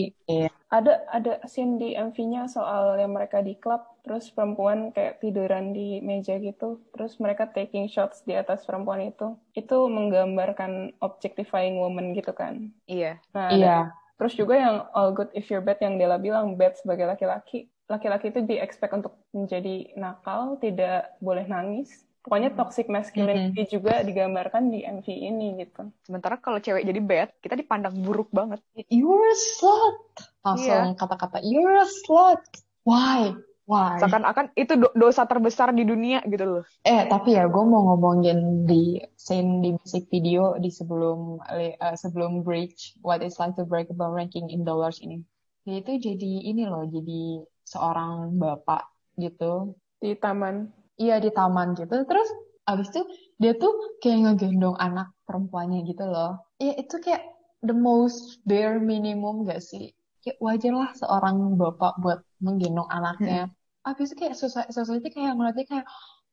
Ada scene di MV-nya soal yang mereka di klub, terus perempuan kayak tiduran di meja gitu, terus mereka taking shots di atas perempuan itu menggambarkan objectifying woman gitu kan. Iya. Nah, terus juga yang all good if you're bad, yang Della bilang bad sebagai laki-laki itu di-expect untuk menjadi nakal, tidak boleh nangis. Pokoknya toxic masculinity juga digambarkan di MV ini gitu. Sementara kalau cewek jadi bad, kita dipandang buruk banget. You're a slut. Langsung kata-kata you're a slut. Why? Seakan-akan itu dosa terbesar di dunia gitu loh. Tapi ya gue mau ngomongin di scene di music video di sebelum Bridge, What It's Like to Break a Bone Ranking in Dollars ini. Dia itu jadi ini loh, jadi seorang bapak gitu. Di taman. Iya di taman gitu. Terus abis itu dia tuh kayak ngegendong anak perempuannya gitu loh. Iya itu kayak the most bare minimum gak sih? Kayak wajar lah seorang bapak buat menggendong anaknya. Abis itu kayak society kayak ngeliatnya kayak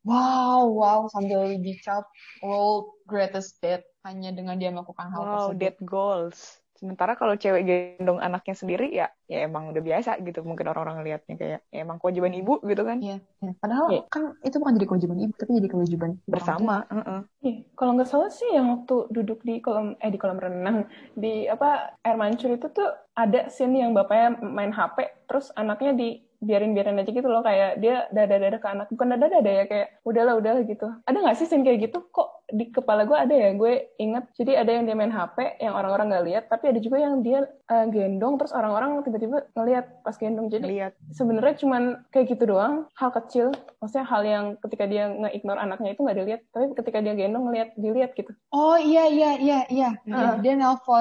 wow sambil dicap world greatest dad hanya dengan dia melakukan hal tersebut. Dad goals. Sementara kalau cewek gendong anaknya sendiri ya emang udah biasa gitu. Mungkin orang-orang lihatnya kayak emang kewajiban ibu gitu kan. Iya. Padahal kan itu bukan jadi kewajiban ibu, tapi jadi kewajiban bersama. Kalau nggak salah sih yang waktu duduk di kolam renang di air mancur itu tuh ada scene yang bapaknya main HP, terus anaknya biarin aja gitu loh, kayak dia dada ke anak, bukan dada ya, kayak udahlah gitu. Ada nggak sih scene kayak gitu? Kok di kepala gue ada ya, gue inget. Jadi ada yang dia main HP yang orang-orang nggak lihat, tapi ada juga yang dia gendong, terus orang-orang tiba-tiba ngelihat pas gendong. Jadi sebenarnya cuman kayak gitu doang, hal kecil, maksudnya hal yang ketika dia nge-ignore anaknya itu nggak dilihat, tapi ketika dia gendong dilihat gitu. Oh iya. Dia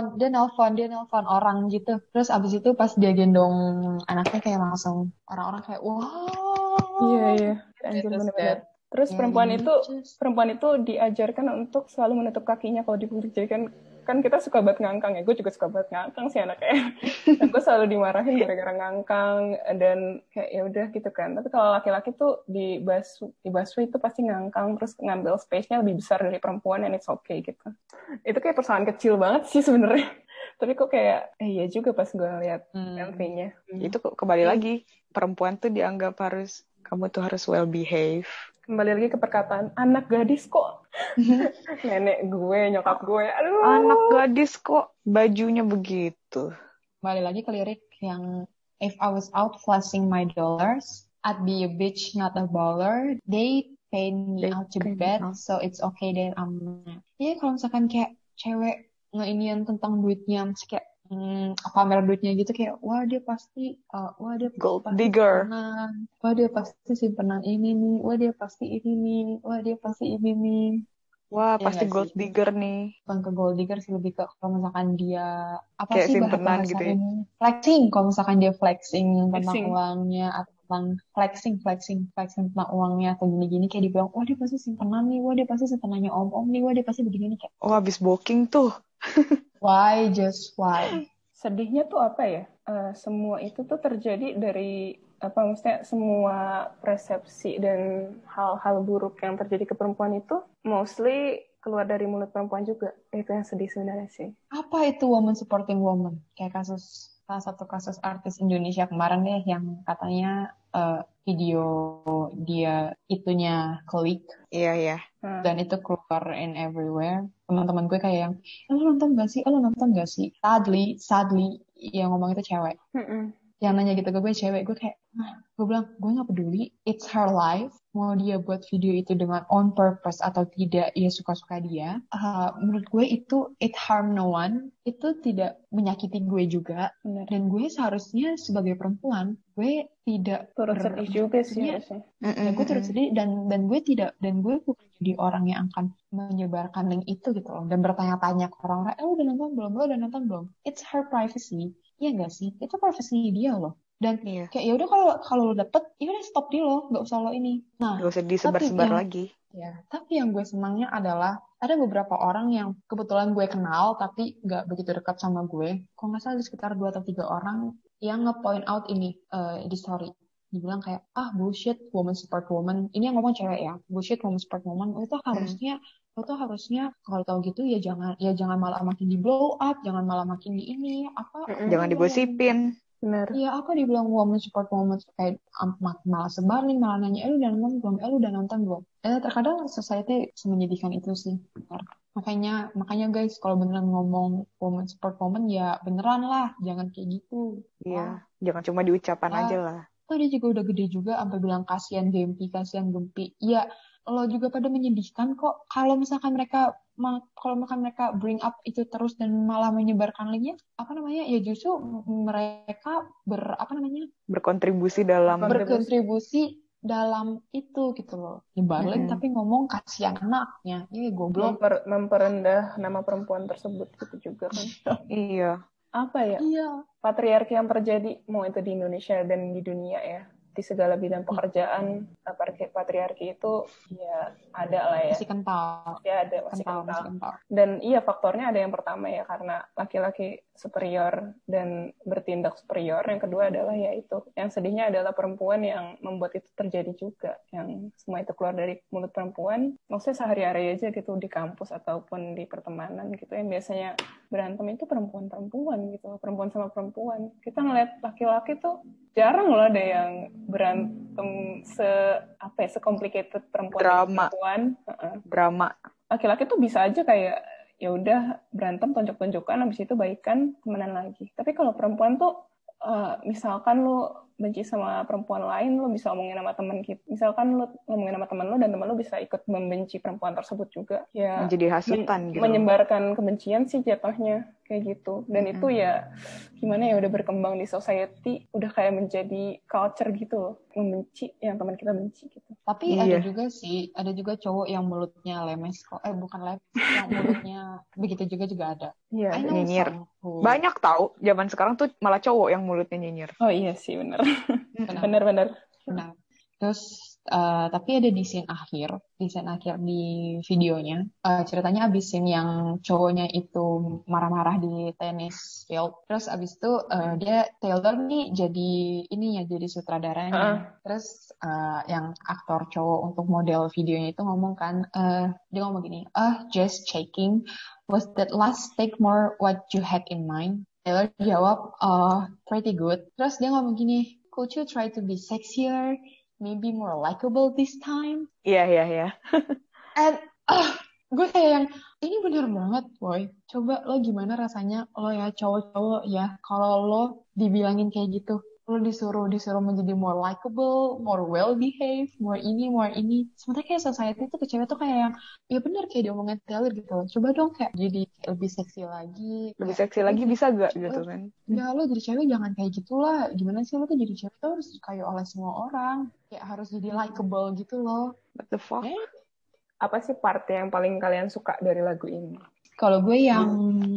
nelpon orang gitu. Terus abis itu pas dia gendong anaknya kayak langsung orang-orang kayak wow. Iya. Anjir benar-benar. Terus perempuan itu diajarkan untuk selalu menutup kakinya kalau dibujuk. Jadi kan kita suka banget ngangkang ya. Gue juga suka banget ngangkang sih anaknya. Dan gue selalu dimarahin gara-gara ngangkang dan kayak ya udah gitu kan. Tapi kalau laki-laki tuh di busway itu pasti ngangkang, terus ngambil space-nya lebih besar dari perempuan, and it's okay gitu. Itu kayak persoalan kecil banget sih sebenarnya. Tapi kok kayak iya juga pas gue lihat MV-nya. Itu kembali lagi, perempuan tuh dianggap kamu tuh harus well behave. Kembali lagi ke perkataan anak gadis kok. Nenek gue, nyokap gue, aduh. Anak gadis kok bajunya begitu. Kembali lagi ke lirik yang if I was out flashing my dollars, I'd be a bitch not a baller. They pay me out to bed, so it's okay that I'm not. Iya kalau misalkan kayak cewek ngeinian tentang duitnya, kayak pamer duitnya gitu, kayak wah dia pasti gold digger, wah dia pasti simpenan ini nih, wah dia pasti ini nih, wah pasti gold digger nih. Bukan ke gold digger sih, lebih ke kalau misalkan dia apa kayak sih simpenan gitu ya, flexing. Kalau misalkan dia flexing tentang uangnya atau tentang flexing tentang uangnya atau gini-gini, kayak dibilang wah dia pasti simpenan nih, wah dia pasti simpenannya om nih, wah dia pasti begini kayak habis booking tuh. Why? Sedihnya tuh apa ya? Semua itu tuh terjadi dari maksudnya semua persepsi dan hal-hal buruk yang terjadi ke perempuan itu mostly keluar dari mulut perempuan juga. Itu yang sedih sebenarnya sih. Apa itu woman supporting woman? Kayak salah satu kasus artis Indonesia kemarin deh yang katanya video dia itunya klik. Iya. Dan itu keluar in everywhere. Teman-teman gue kayak yang, lo nonton gak sih? Sadly, yang ngomong itu cewek. yang nanya gitu ke gue cewek, gue kayak, gue bilang, gue nggak peduli, it's her life, mau dia buat video itu dengan on purpose atau tidak, ya suka-suka dia. Menurut gue itu it harm no one, itu tidak menyakiti gue juga. Benar. Dan gue seharusnya sebagai perempuan, gue tidak Turut sedih juga sih harusnya. Ya, gue turut sedih dan gue bukan jadi orang yang akan menyebarkan link itu gitu loh, dan bertanya-tanya ke orang-orang, lo udah nonton belum? It's her privacy. Iya nggak sih? Itu privasi dia loh. Dan kayak ya udah kalau lo dapet, ya udah stop di lo, nggak usah lo ini. Nah, nggak usah disebar-sebar lagi. Ya, tapi yang gue senangnya adalah ada beberapa orang yang kebetulan gue kenal tapi nggak begitu dekat sama gue. Kalau nggak salah ada sekitar 2 atau 3 orang yang nge-point out ini di story. Dibilang kayak, bullshit, woman support woman. Ini yang ngomong cewek ya, bullshit, woman support woman. Lo tuh harusnya kalau tahu gitu ya jangan malah makin di blow up, jangan malah makin di ini jangan digosipin. Benar. Iya, apa dibilang woman support woman, kayak malah sebarin, malah nanya, lu udah nonton belum? Terkadang society menyedihkan itu sih. Makanya guys, kalau beneran ngomong woman support woman, ya beneran lah, jangan kayak gitu. Iya, jangan cuma di ucapan aja lah. Dia juga udah gede juga, sampai bilang kasihan Gempi. Iya, lo juga pada menyedihkan kok. Kalau misalkan mereka bring up itu terus dan malah menyebarkan linknya, ya justru mereka berkontribusi dalam itu gitu loh. Nyebar link tapi ngomong kasihan anaknya. Goblok. Memperendah nama perempuan tersebut gitu juga kan. Iya. Apa ya? Iya. Patriarki yang terjadi, mau itu di Indonesia dan di dunia ya, di segala bidang pekerjaan, patriarki itu ya ada lah ya. Masih kental. Ya ada, masih kental. Dan iya, faktornya ada yang pertama ya, karena laki-laki superior dan bertindak superior. Yang kedua adalah ya itu, yang sedihnya adalah perempuan yang membuat itu terjadi juga. Yang semua itu keluar dari mulut perempuan, maksudnya sehari-hari aja gitu, di kampus ataupun di pertemanan gitu, yang biasanya berantem itu perempuan-perempuan gitu, perempuan sama perempuan. Kita ngeliat laki-laki tuh jarang loh ada yang berantem se-complicated perempuan. Drama. Laki-laki tuh bisa aja kayak ya udah berantem, tonjok-tonjokan, habis itu baikan, temenan lagi. Tapi kalau perempuan tuh misalkan lo benci sama perempuan lain, lo bisa ngomongin sama teman kita. Misalkan lo ngomongin sama teman lo dan teman lo bisa ikut membenci perempuan tersebut juga. Ya menjadi hasutan gitu. Menyebarkan kebencian sih jatuhnya kayak gitu. Dan itu ya gimana ya, udah berkembang di society, udah kayak menjadi culture gitu loh, membenci yang teman kita benci gitu. Tapi ada juga cowok yang mulutnya lemes kok. Bukan lemes, yang mulutnya begitu juga ada. Iya, nyinyir. Banyak tahu, zaman sekarang tuh malah cowok yang mulutnya nyinyir. Oh iya sih, benar. Benar. Terus tapi ada di scene akhir di videonya, ceritanya abis scene yang cowoknya itu marah-marah di tenis field. Terus abis itu Taylor nih jadi sutradaranya. Terus yang aktor cowok untuk model videonya itu ngomong kan, dia ngomong gini, just checking, was that last take more what you had in mind? Taylor jawab, pretty good. Terus dia ngomong gini, could you try to be sexier, maybe more likable this time? Iya. And gue kayak yang, ini bener banget boy. Coba lo gimana rasanya lo ya cowok-cowok ya, kalau lo dibilangin kayak gitu, lo disuruh menjadi more likable, more well behaved, more ini. Sebenarnya kayak society tuh ke cewek tuh kayak yang, ya bener kayak diomongin Taylor gitu. Coba dong kayak jadi lebih seksi lagi. Lebih seksi lagi bisa gak gitu kan? Ya lo jadi cewek jangan kayak gitulah. Gimana sih lo tuh jadi cewek tuh harus disukai oleh semua orang. Kayak harus jadi likable gitu loh. What the fuck? Apa sih part yang paling kalian suka dari lagu ini? Kalau gue yang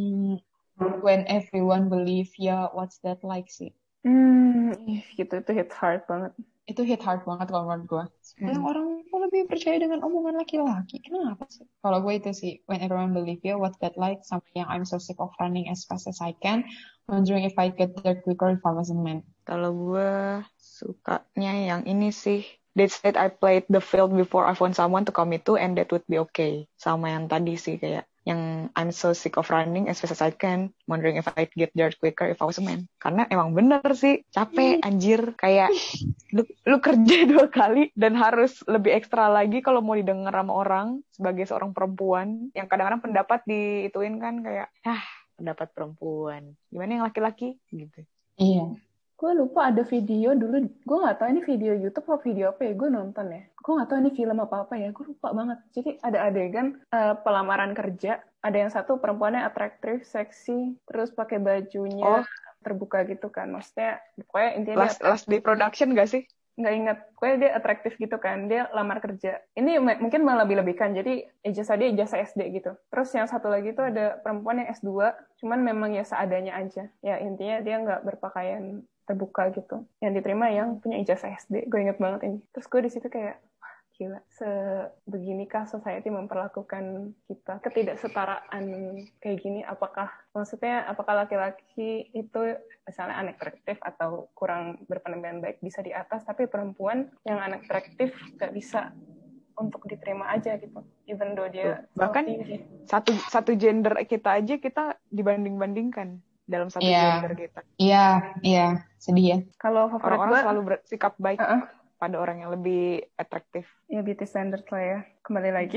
When Everyone Believe Ya, What's That Like sih. Gitu, itu hit hard banget. Itu hit hard banget kalau menurut gue. Sekarang orang lebih percaya dengan omongan laki-laki. Kenapa sih? Kalau gue itu sih, When Everyone Believe Ya, What's That Like, sama yang I'm So Sick of Running As Fast As I Can, Wondering If I'd Get There Quicker If I Was a Man. Kalau gue sukanya yang ini sih, They said I played the field before I found someone to commit to and that would be okay. Sama yang tadi sih, kayak yang I'm so sick of running as fast as I can, wondering if I'd get there quicker if I was a man. Karena emang bener sih, capek anjir. Kayak lu kerja 2 kali dan harus lebih ekstra lagi kalau mau didengar sama orang sebagai seorang perempuan. Yang kadang-kadang pendapat diituin kan kayak, pendapat perempuan. Gimana yang laki-laki? Gitu. Iya. Gue lupa ada video dulu, gue nggak tahu ini video YouTube atau video apa ya, gue nonton ya. Gue nggak tahu ini film apa ya, gue lupa banget. Jadi ada adegan pelamaran kerja, ada yang satu perempuannya atraktif, seksi, terus pakai bajunya terbuka gitu kan. Maksudnya, pokoknya intinya last day production gak sih? Nggak ingat, pokoknya dia atraktif gitu kan, dia lamar kerja. Ini mungkin malah lebih-lebihkan, jadi ijazah dia ijazah SD gitu. Terus yang satu lagi tuh ada perempuan yang S2, cuman memang ya seadanya aja. Ya intinya dia nggak berpakaian terbuka gitu. Yang diterima yang punya ijazah SD, gue inget banget ini. Terus gue di situ kayak, gila, sebeginikah society memperlakukan kita, ketidaksetaraan kayak gini. Maksudnya apakah laki-laki itu misalnya unattractive atau kurang berpenampilan baik bisa di atas, tapi perempuan yang unattractive gak bisa untuk diterima aja gitu, even though dia bahkan satu gender kita aja kita dibanding-bandingkan dalam satu gender kita. Iya, sedih ya. Kalau favorit orang-orang selalu bersikap baik pada orang yang lebih atraktif. Ya, beauty standard lah ya. Kembali lagi.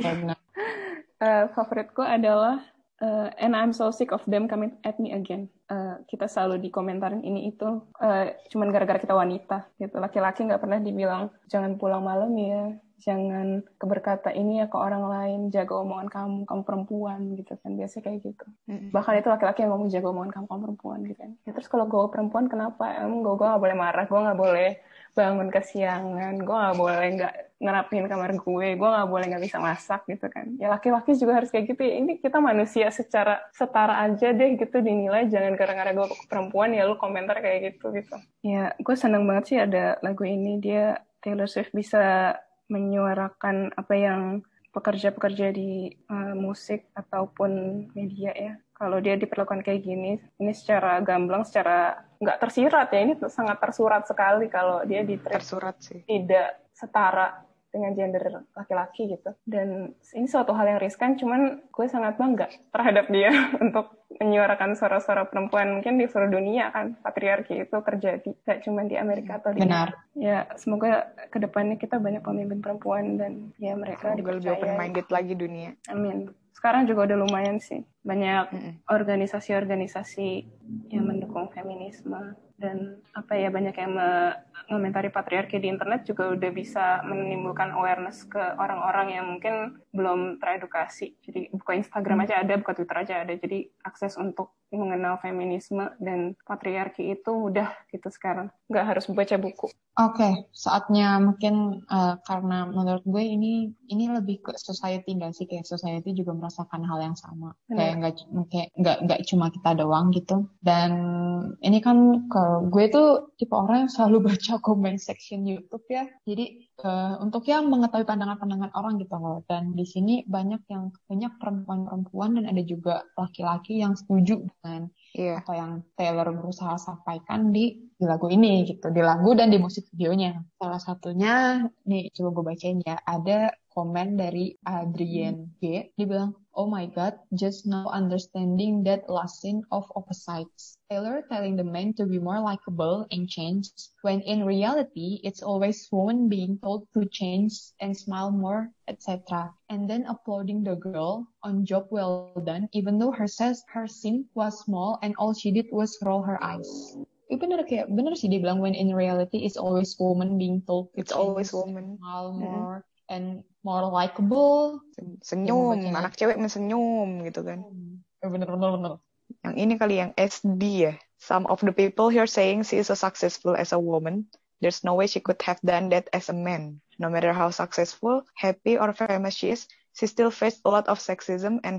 Favoritku adalah and I'm so sick of them coming at me again. Kita selalu dikomentarin ini itu. Cuman gara-gara kita wanita. Gitu. Laki-laki nggak pernah dibilang, jangan pulang malam ya. Jangan berkata ini ya ke orang lain. Jaga omongan kamu perempuan gitu kan. Biasanya kayak gitu. Bahkan itu laki-laki yang ngomong jaga omongan kamu perempuan gitu kan. Ya, terus kalau gue perempuan kenapa? Gue nggak boleh marah. Gue nggak boleh bangun kesiangan, gue nggak boleh nggak ngerapiin kamar gue nggak boleh nggak bisa masak gitu kan. Ya laki-laki juga harus kayak gitu ya. Ini kita manusia secara setara aja deh gitu dinilai. Jangan gara-gara gue perempuan ya lu komentar kayak gitu. Ya gue seneng banget sih ada lagu ini. Dia Taylor Swift bisa menyuarakan apa yang pekerja-pekerja di musik ataupun media ya. Kalau dia diperlakukan kayak gini, ini secara gamblang, secara nggak tersirat ya, ini sangat tersurat sekali kalau dia tersurat sih. Tidak setara dengan gender laki-laki gitu. Dan ini suatu hal yang riskan, cuman gue sangat bangga terhadap dia untuk menyuarakan suara-suara perempuan. Mungkin di seluruh dunia kan, patriarki itu terjadi, nggak cuma di Amerika atau di Benar. Ya, semoga kedepannya kita banyak pemimpin perempuan dan ya mereka semoga lebih open-minded lagi dunia. Amin. Sekarang juga udah lumayan sih. Banyak organisasi-organisasi yang mendukung feminisme dan banyak yang mengomentari patriarki di internet juga udah bisa menimbulkan awareness ke orang-orang yang mungkin belum teredukasi. Jadi buka Instagram aja ada, buka Twitter aja ada. Jadi akses untuk mengenal feminisme dan patriarki itu mudah gitu sekarang. Nggak harus baca buku. Oke, saatnya mungkin karena menurut gue ini lebih ke society nggak sih, kayak society juga merasakan hal yang sama. Kayak nggak cuma kita doang gitu. Dan ini kan gue tuh tipe orang yang selalu baca comment section YouTube ya. Jadi untuk yang mengetahui pandangan-pandangan orang gitu loh. Dan di sini banyak perempuan-perempuan dan ada juga laki-laki yang setuju dengan apa yang Taylor berusaha sampaikan di lagu ini gitu, di lagu dan di musik videonya. Salah satunya nih coba gue bacain ya, ada komen dari Adrian G. Dia bilang, "Oh my God, just now understanding that last scene of opposites. Taylor telling the men to be more likable and change, when in reality it's always women being told to change and smile more, etc. And then applauding the girl on job well done, even though her scene was small and all she did was roll her eyes." Itu bener sih dia bilang, when in reality it's always woman being told to it's always woman, smile more and more likable. Senyum, anak cewek mensenyum gitu kan. Bener. Yang ini kali yang SD ya. Some of the people here saying she is so successful as a woman. There's no way she could have done that as a man. No matter how successful, happy or famous she is, she still faced a lot of sexism and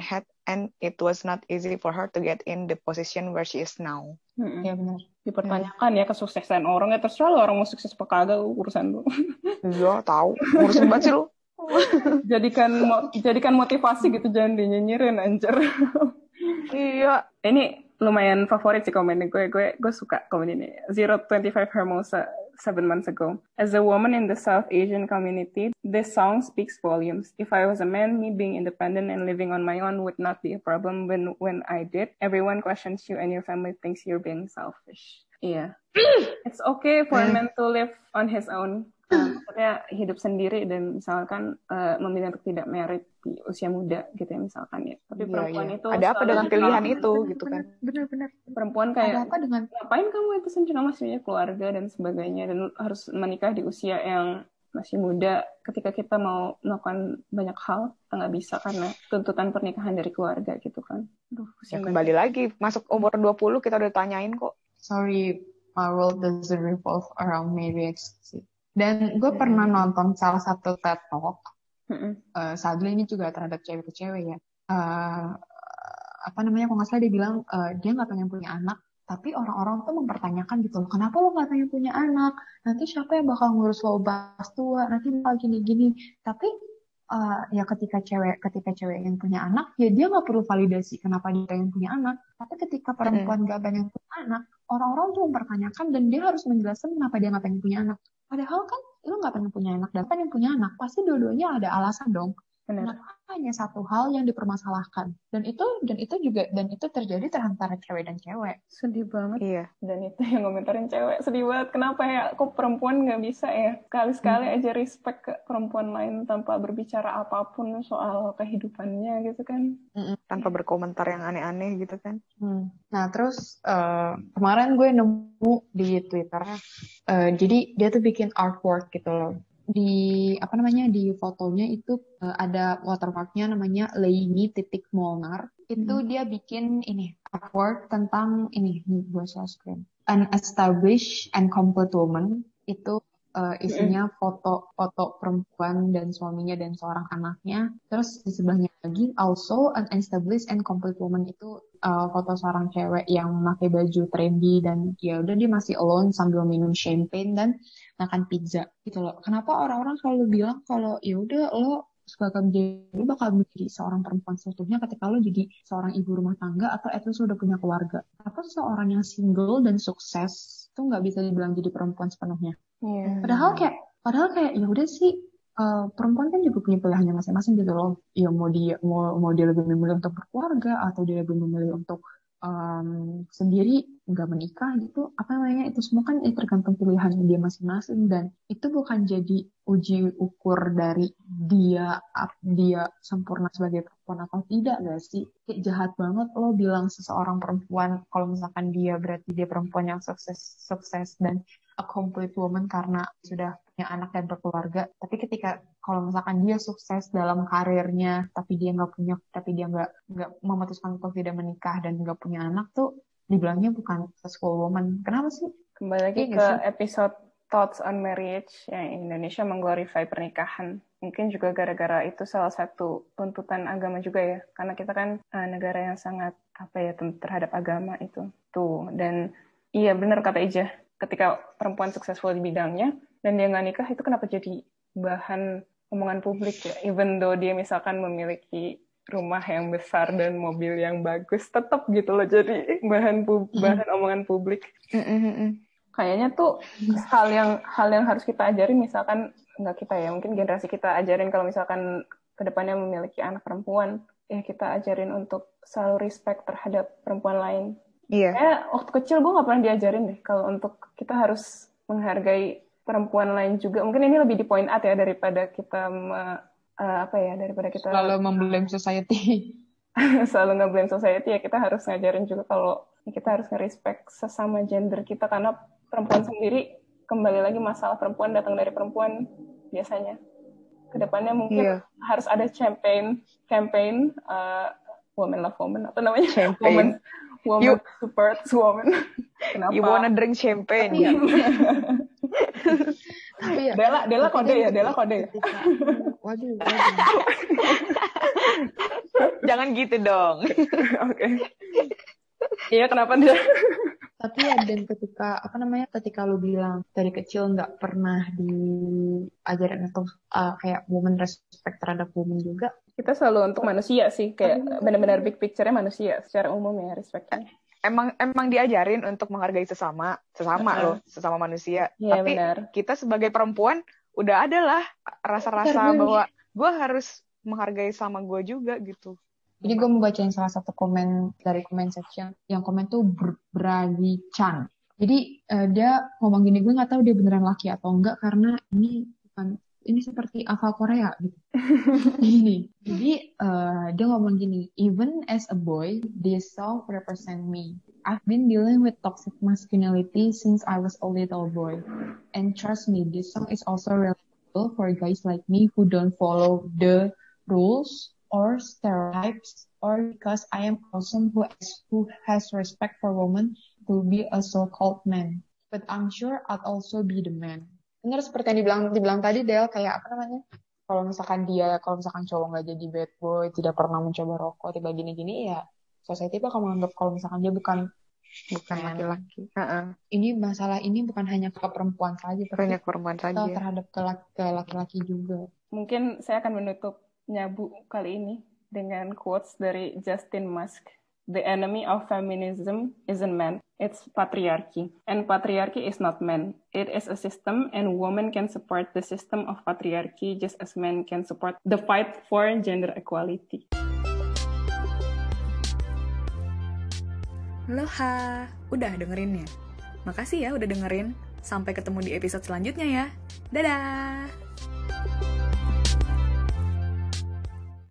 it was not easy for her to get in the position where she is now. Ya benar. Dipertanyakan ya kesuksesan orang, ya terserah lo orang mau sukses apa kagak, urusan lu. Iya, tahu. Urusan banget sih lu. Jadikan motivasi gitu, jangan dinyinyirin anjir. Iya. Ini lumayan favorit sih komennya gue suka komen ini. 025 Hermosa 7 months ago. As a woman in the South Asian community, this song speaks volumes. If I was a man, me being independent and living on my own would not be a problem. When I did, everyone questions you and your family thinks you're being selfish. Iya. It's okay for a man to live on his own. maksudnya hidup sendiri dan misalkan memilih untuk tidak married di usia muda gitu ya misalkan ya. Tapi perempuan itu ada apa dengan pilihan itu gitu kan? Benar. Perempuan kayak ada apa dengan ngapain kamu itu sendiri masih punya keluarga dan sebagainya dan harus menikah di usia yang masih muda ketika kita mau melakukan banyak hal kita nggak bisa karena tuntutan pernikahan dari keluarga gitu kan. Ya kembali lagi masuk umur 20 kita udah tanyain kok. Sorry, my world doesn't revolve around marriage sih. Dan gue pernah nonton salah satu TED Talk. Sadly ini juga terhadap cewek ke cewek ya. Apa namanya, kalau nggak salah dia bilang dia nggak pengen punya anak, tapi orang-orang tuh mempertanyakan gitu loh, kenapa lo nggak pengen punya anak? Nanti siapa yang bakal ngurus lo pas tua? Nanti bakal gini-gini. Tapi ya ketika cewek yang punya anak, ya dia nggak perlu validasi kenapa dia pengen punya anak. Tapi ketika perempuan nggak pengen punya anak, orang-orang tuh mempertanyakan dan dia harus menjelaskan kenapa dia nggak pengen punya anak. Padahal kan lo nggak pengen punya anak dan pengen punya anak, pasti dua-duanya ada alasan dong. Kenapa hanya satu hal yang dipermasalahkan? Dan itu terjadi antara cewek dan cewek. Sedih banget. Iya. Dan itu yang komentarin cewek. Sedih banget. Kenapa ya? Kok perempuan nggak bisa ya? Sekali-sekali aja respect ke perempuan lain tanpa berbicara apapun soal kehidupannya gitu kan. Tanpa berkomentar yang aneh-aneh gitu kan. Nah terus kemarin gue nemu di Twitter. Jadi dia tuh bikin artwork gitu loh. Di fotonya itu ada watermarknya namanya Leini titik Molnar. Itu dia bikin ini artwork tentang ini gue share screen. An established and complete woman. Itu isinya foto perempuan dan suaminya dan seorang anaknya. Terus di sebelahnya lagi also an established and complete woman itu foto seorang cewek yang memakai baju trendy dan ya udah dia masih alone sambil minum champagne dan makan pizza gitu loh. Kenapa orang-orang selalu bilang kalau ya udah lo bakal menjadi seorang perempuan seutuhnya ketika lo jadi seorang ibu rumah tangga atau at least lo udah punya keluarga. Apa seorang yang single dan sukses itu nggak bisa dibilang jadi perempuan sepenuhnya? Padahal kayak ya udah sih perempuan kan juga punya pilihannya masing-masing gitu loh. Ya mau dia lebih memilih untuk berkeluarga atau dia lebih memilih untuk sendiri nggak menikah gitu, itu semua kan tergantung pilihannya dia masing-masing dan itu bukan jadi uji ukur dari dia sempurna sebagai perempuan atau tidak, gak sih? Kayak jahat banget lo bilang seseorang perempuan kalau misalkan dia berarti dia perempuan yang sukses dan a complete woman karena sudah punya anak dan berkeluarga. Tapi ketika kalau misalkan dia sukses dalam karirnya tapi dia nggak memutuskan untuk tidak menikah dan nggak punya anak tuh dibilangnya bukan successful woman. Kenapa sih? Kembali lagi ke episode Thoughts on Marriage yang Indonesia mengglorify pernikahan. Mungkin juga gara-gara itu salah satu tuntutan agama juga ya. Karena kita kan negara yang sangat terhadap agama itu. Tuh. Dan iya benar kata Ija. Ketika perempuan successful di bidangnya dan dia nggak nikah, itu kenapa jadi bahan omongan publik ya? Even though dia misalkan memiliki rumah yang besar dan mobil yang bagus, tetap gitu loh jadi bahan omongan publik. Kayaknya tuh hal yang harus kita ajarin, misalkan nggak kita ya, mungkin generasi kita ajarin kalau misalkan kedepannya memiliki anak perempuan, ya kita ajarin untuk selalu respect terhadap perempuan lain. Iya. Waktu kecil gue nggak pernah diajarin deh kalau untuk kita harus menghargai perempuan lain juga. Mungkin ini lebih di point out ya daripada kita daripada kita selalu memblame society. Selalu nge-blame society ya, kita harus ngajarin juga kalau kita harus nge-respect sesama gender kita, karena perempuan sendiri, kembali lagi masalah perempuan datang dari perempuan biasanya. Kedepannya mungkin harus ada campaign women love women, apa namanya? Campaign. Woman support woman. Kenapa? You wanna drink champagne ya? Tapi ya, Dela kode ya. Waduh. Jangan gitu dong. Oke. Iya, kenapa dia? Tapi ya, dan ketika lu bilang dari kecil nggak pernah diajarin untuk kayak woman respect terhadap woman juga. Kita selalu untuk manusia sih, kayak benar-benar big picture-nya manusia secara umum ya, respect-nya. Emang diajarin untuk menghargai sesama loh, sesama manusia. Ya, tapi benar. kita sebagai perempuan udah ada lah rasa-rasa bahwa gue harus menghargai sama gue juga gitu. Jadi gue mau bacain salah satu komen dari comment section. Yang komen tuh Bragi Chan. Jadi dia ngomong gini, gue nggak tahu dia beneran laki atau enggak karena ini seperti Ava Korea gitu. Gini, jadi dia ngomong gini, even as a boy, this song represent me. I've been dealing with toxic masculinity since I was a little boy. And trust me, this song is also relatable for guys like me who don't follow the rules or stereotypes, or because I am awesome who has respect for women to be a so-called man. But I'm sure I'd also be the man. Benar seperti yang dibilang tadi, Del, kayak apa namanya? Kalau misalkan cowok nggak jadi bad boy, tidak pernah mencoba rokok, tiba gini-gini, ya society bakal menganggap kalau misalkan dia bukan laki-laki. Ini masalah ini bukan hanya ke perempuan saja, tapi perempuan saja terhadap ke laki-laki juga. Mungkin saya akan menutup nyabu kali ini dengan quotes dari Justin Musk. The enemy of feminism isn't man, it's patriarchy. And patriarchy is not man. It is a system, and women can support the system of patriarchy just as men can support the fight for gender equality. Loha, udah dengerin ya? Makasih ya udah dengerin. Sampai ketemu di episode selanjutnya ya. Dadah!